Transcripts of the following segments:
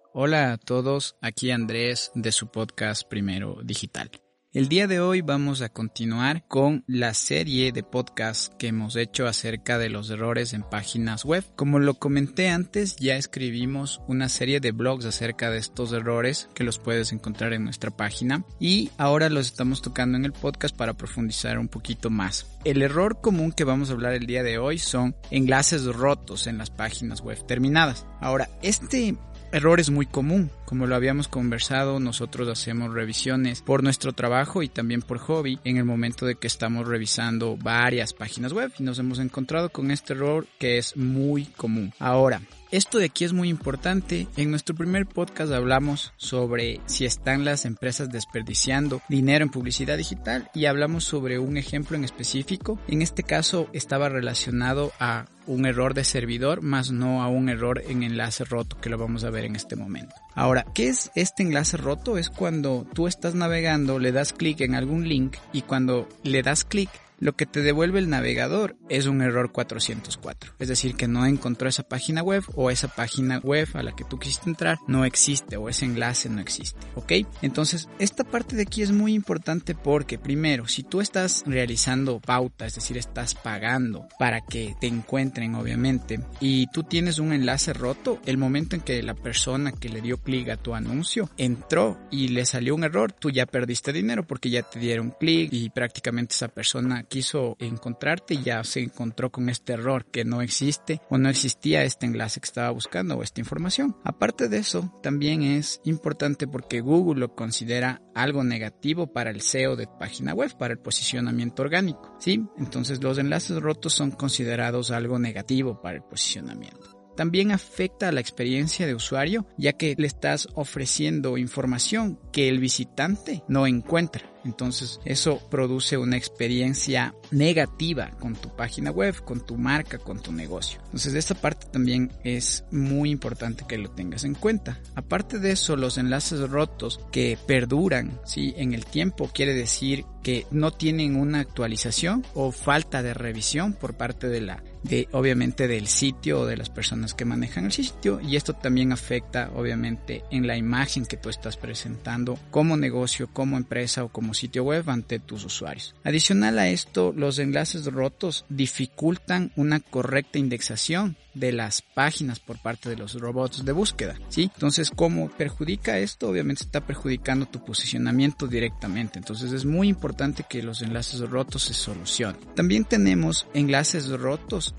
Hola a todos, aquí Andrés de su podcast Primero Digital. El día de hoy vamos a continuar con la serie de podcasts que hemos hecho acerca de los errores en páginas web. Como lo comenté antes, ya escribimos una serie de blogs acerca de estos errores que los puedes encontrar en nuestra página y ahora los estamos tocando en el podcast para profundizar un poquito más. El error común que vamos a hablar el día de hoy son enlaces rotos en las páginas web terminadas. Ahora, este error es muy común. Como lo habíamos conversado, nosotros hacemos revisiones por nuestro trabajo y también por hobby en el momento de que estamos revisando varias páginas web y nos hemos encontrado con este error que es muy común. Ahora, esto de aquí es muy importante. En nuestro primer podcast hablamos sobre si están las empresas desperdiciando dinero en publicidad digital y hablamos sobre un ejemplo en específico. En este caso estaba relacionado a un error de servidor, más no a un error en enlace roto, que lo vamos a ver en este momento. Ahora, ¿qué es este enlace roto? Es cuando tú estás navegando, le das clic en algún link y cuando le das clic, lo que te devuelve el navegador es un error 404. Es decir, que no encontró esa página web o esa página web a la que tú quisiste entrar no existe o ese enlace no existe. ¿Ok? Entonces, esta parte de aquí es muy importante porque, primero, si tú estás realizando pauta, es decir, estás pagando para que te encuentren, obviamente, y tú tienes un enlace roto, el momento en que la persona que le dio clic a tu anuncio entró y le salió un error, tú ya perdiste dinero porque ya te dieron clic y prácticamente esa persona quiso encontrarte y ya se encontró con este error que no existe o no existía este enlace que estaba buscando o esta información. Aparte de eso, también es importante porque Google lo considera algo negativo para el SEO de tu página web, para el posicionamiento orgánico, ¿sí? Entonces los enlaces rotos son considerados algo negativo para el posicionamiento. También afecta a la experiencia de usuario, ya que le estás ofreciendo información que el visitante no encuentra. Entonces eso produce una experiencia negativa con tu página web, con tu marca, con tu negocio. Entonces esta parte también es muy importante que lo tengas en cuenta. Aparte de eso, los enlaces rotos que perduran, ¿sí?, en el tiempo, quiere decir que no tienen una actualización o falta de revisión por parte obviamente del sitio o de las personas que manejan el sitio, y esto también afecta obviamente en la imagen que tú estás presentando como negocio, como empresa o como sitio web ante tus usuarios. Adicional a esto, los enlaces rotos dificultan una correcta indexación de las páginas por parte de los robots de búsqueda, ¿sí? Entonces, ¿cómo perjudica esto? Obviamente está perjudicando tu posicionamiento directamente. Entonces es muy importante que los enlaces rotos se solucionen. También tenemos enlaces rotos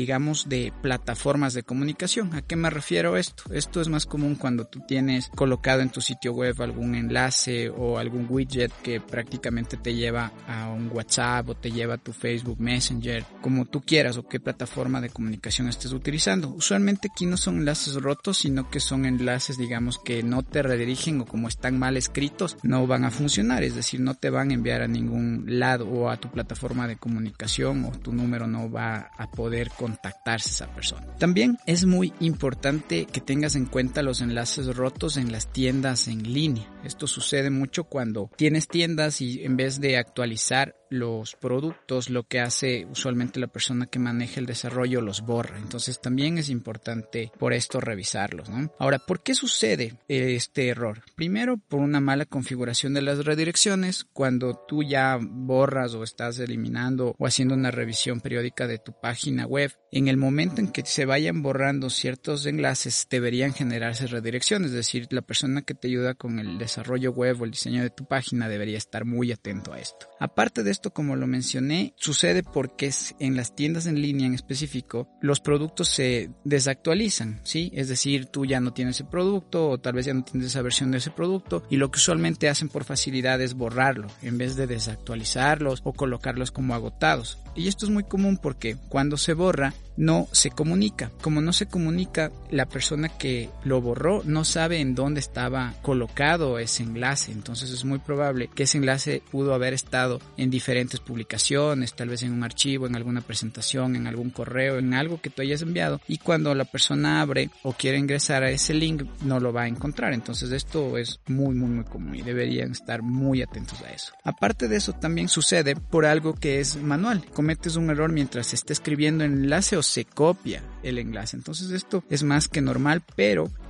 de plataformas de comunicación. ¿A qué me refiero esto? Esto es más común cuando tú tienes colocado en tu sitio web algún enlace o algún widget que prácticamente te lleva a un WhatsApp o te lleva a tu Facebook Messenger, como tú quieras, o qué plataforma de comunicación estés utilizando. Usualmente aquí no son enlaces rotos, sino que son enlaces, digamos, que no te redirigen o como están mal escritos, no van a funcionar, es decir, no te van a enviar a ningún lado o a tu plataforma de comunicación o tu número no va a poder contactarse esa persona. También es muy importante que tengas en cuenta los enlaces rotos en las tiendas en línea. Esto sucede mucho cuando tienes tiendas y en vez de actualizar los productos, lo que hace usualmente la persona que maneja el desarrollo los borra. Entonces también es importante por esto revisarlos, ¿no? Ahora, ¿por qué sucede este error? Primero, por una mala configuración de las redirecciones. Cuando tú ya borras o estás eliminando o haciendo una revisión periódica de tu página web, en el momento en que se vayan borrando ciertos enlaces, deberían generarse redirecciones. Es decir, la persona que te ayuda con el desarrollo web o el diseño de tu página debería estar muy atento a esto. Aparte de esto, como lo mencioné, sucede porque en las tiendas en línea en específico, los productos se desactualizan, ¿sí? Es decir, tú ya no tienes ese producto o tal vez ya no tienes esa versión de ese producto, y lo que usualmente hacen por facilidad es borrarlo en vez de desactualizarlos o colocarlos como agotados. Y esto es muy común porque cuando se borra no se comunica. Como no se comunica, la persona que lo borró no sabe en dónde estaba colocado ese enlace. Entonces es muy probable que ese enlace pudo haber estado en diferentes publicaciones, tal vez en un archivo, en alguna presentación, en algún correo, en algo que tú hayas enviado, y cuando la persona abre o quiere ingresar a ese link no lo va a encontrar. Entonces esto es muy común y deberían estar muy atentos a eso. Aparte de eso, también sucede por algo que es manual. Cometes un error mientras se está escribiendo el enlace o se copia el enlace. Entonces esto es más que normal, pero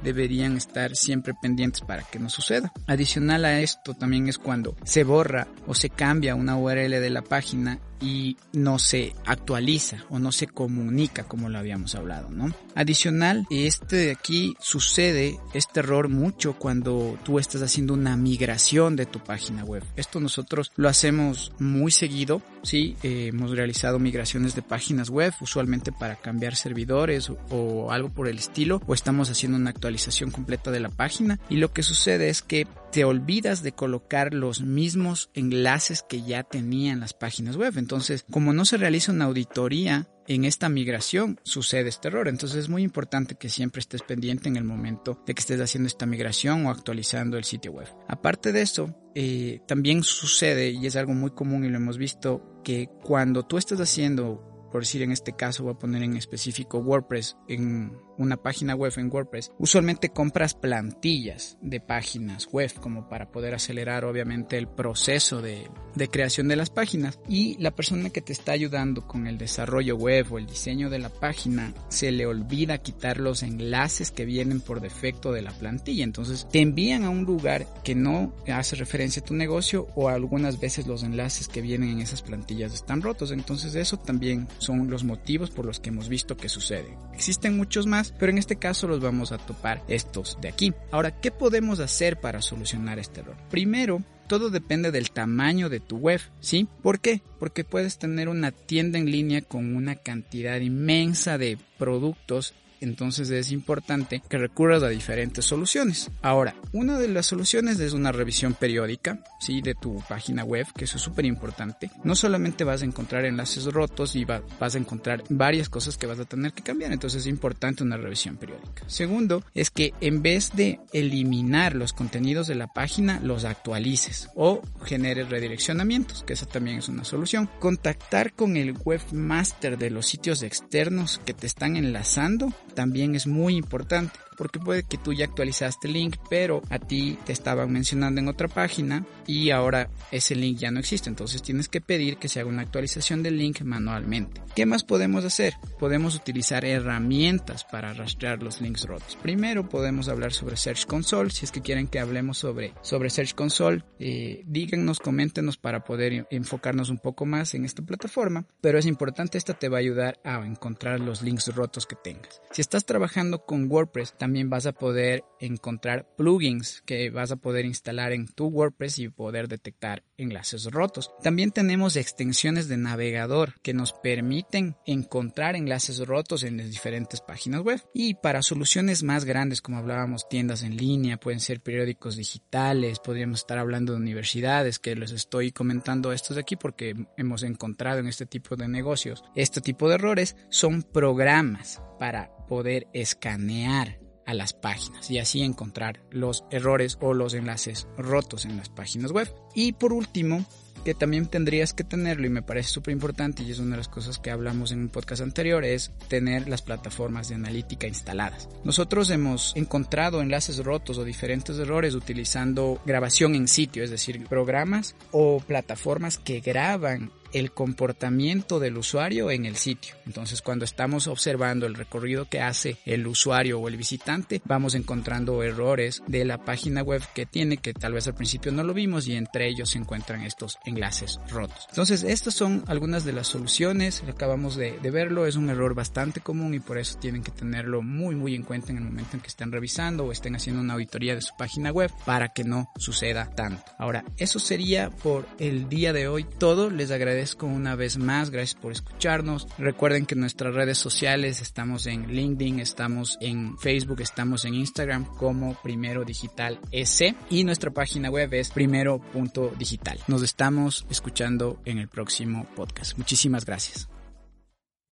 deberían estar siempre pendientes para que no suceda. Adicional a esto también es cuando se borra o se cambia una URL de la página y no se actualiza o no se comunica como lo habíamos hablado, ¿no? Adicional, aquí sucede este error mucho cuando tú estás haciendo una migración de tu página web. Esto nosotros lo hacemos muy seguido, ¿sí? Hemos realizado migraciones de páginas web, usualmente para cambiar servidores o algo por el estilo, o estamos haciendo una actualización completa de la página y lo que sucede es que te olvidas de colocar los mismos enlaces que ya tenían las páginas web. Entonces, como no se realiza una auditoría en esta migración, sucede este error. Entonces es muy importante que siempre estés pendiente en el momento de que estés haciendo esta migración o actualizando el sitio web. Aparte de eso, también sucede, y es algo muy común y lo hemos visto, que cuando tú estás haciendo, por decir en este caso, voy a poner en específico WordPress, en una página web en WordPress, usualmente compras plantillas de páginas web como para poder acelerar obviamente el proceso de creación de las páginas, y la persona que te está ayudando con el desarrollo web o el diseño de la página se le olvida quitar los enlaces que vienen por defecto de la plantilla. Entonces te envían a un lugar que no hace referencia a tu negocio, o algunas veces los enlaces que vienen en esas plantillas están rotos. Entonces eso también son los motivos por los que hemos visto que sucede. Existen muchos más, pero en este caso los vamos a topar estos de aquí. Ahora, ¿qué podemos hacer para solucionar este error? Primero, todo depende del tamaño de tu web, ¿sí? ¿Por qué? Porque puedes tener una tienda en línea con una cantidad inmensa de productos. Entonces es importante que recurras a diferentes soluciones. Ahora, una de las soluciones es una revisión periódica, ¿sí? De tu página web, que eso es súper importante. No solamente vas a encontrar enlaces rotos y vas a encontrar varias cosas que vas a tener que cambiar. Entonces es importante una revisión periódica. Segundo, es que en vez de eliminar los contenidos de la página, los actualices o generes redireccionamientos, que esa también es una solución. Contactar con el webmaster de los sitios externos que te están enlazando también es muy importante, porque puede que tú ya actualizaste el link, pero a ti te estaban mencionando en otra página y ahora ese link ya no existe. Entonces tienes que pedir que se haga una actualización del link manualmente. ¿Qué más podemos hacer? Podemos utilizar herramientas para rastrear los links rotos. Primero podemos hablar sobre Search Console. Si es que quieren que hablemos sobre Search Console, díganos, coméntenos para poder enfocarnos un poco más en esta plataforma. Pero es importante, esta te va a ayudar a encontrar los links rotos que tengas. Si estás trabajando con WordPress, también vas a poder encontrar plugins que vas a poder instalar en tu WordPress y poder detectar enlaces rotos. También tenemos extensiones de navegador que nos permiten encontrar enlaces rotos en las diferentes páginas web. Y para soluciones más grandes, como hablábamos, tiendas en línea, pueden ser periódicos digitales, podríamos estar hablando de universidades, que les estoy comentando estos de aquí porque hemos encontrado en este tipo de negocios este tipo de errores. Son programas para poder escanear a las páginas y así encontrar los errores o los enlaces rotos en las páginas web. Y por último, que también tendrías que tenerlo y me parece súper importante, y es una de las cosas que hablamos en un podcast anterior, es tener las plataformas de analítica instaladas. Nosotros hemos encontrado enlaces rotos o diferentes errores utilizando grabación en sitio, es decir, programas o plataformas que graban el comportamiento del usuario en el sitio. Entonces, cuando estamos observando el recorrido que hace el usuario o el visitante, vamos encontrando errores de la página web que tiene, que tal vez al principio no lo vimos, y entre ellos se encuentran estos enlaces rotos. Entonces, estas son algunas de las soluciones. Acabamos de verlo, es un error bastante común y por eso tienen que tenerlo muy en cuenta en el momento en que estén revisando o estén haciendo una auditoría de su página web para que no suceda tanto. Ahora, eso sería por el día de hoy todo. Les agradezco una vez más, gracias por escucharnos. Recuerden que en nuestras redes sociales estamos en LinkedIn, estamos en Facebook, estamos en Instagram como Primero Digital EC y nuestra página web es primero.digital. Nos estamos escuchando en el próximo podcast. Muchísimas gracias.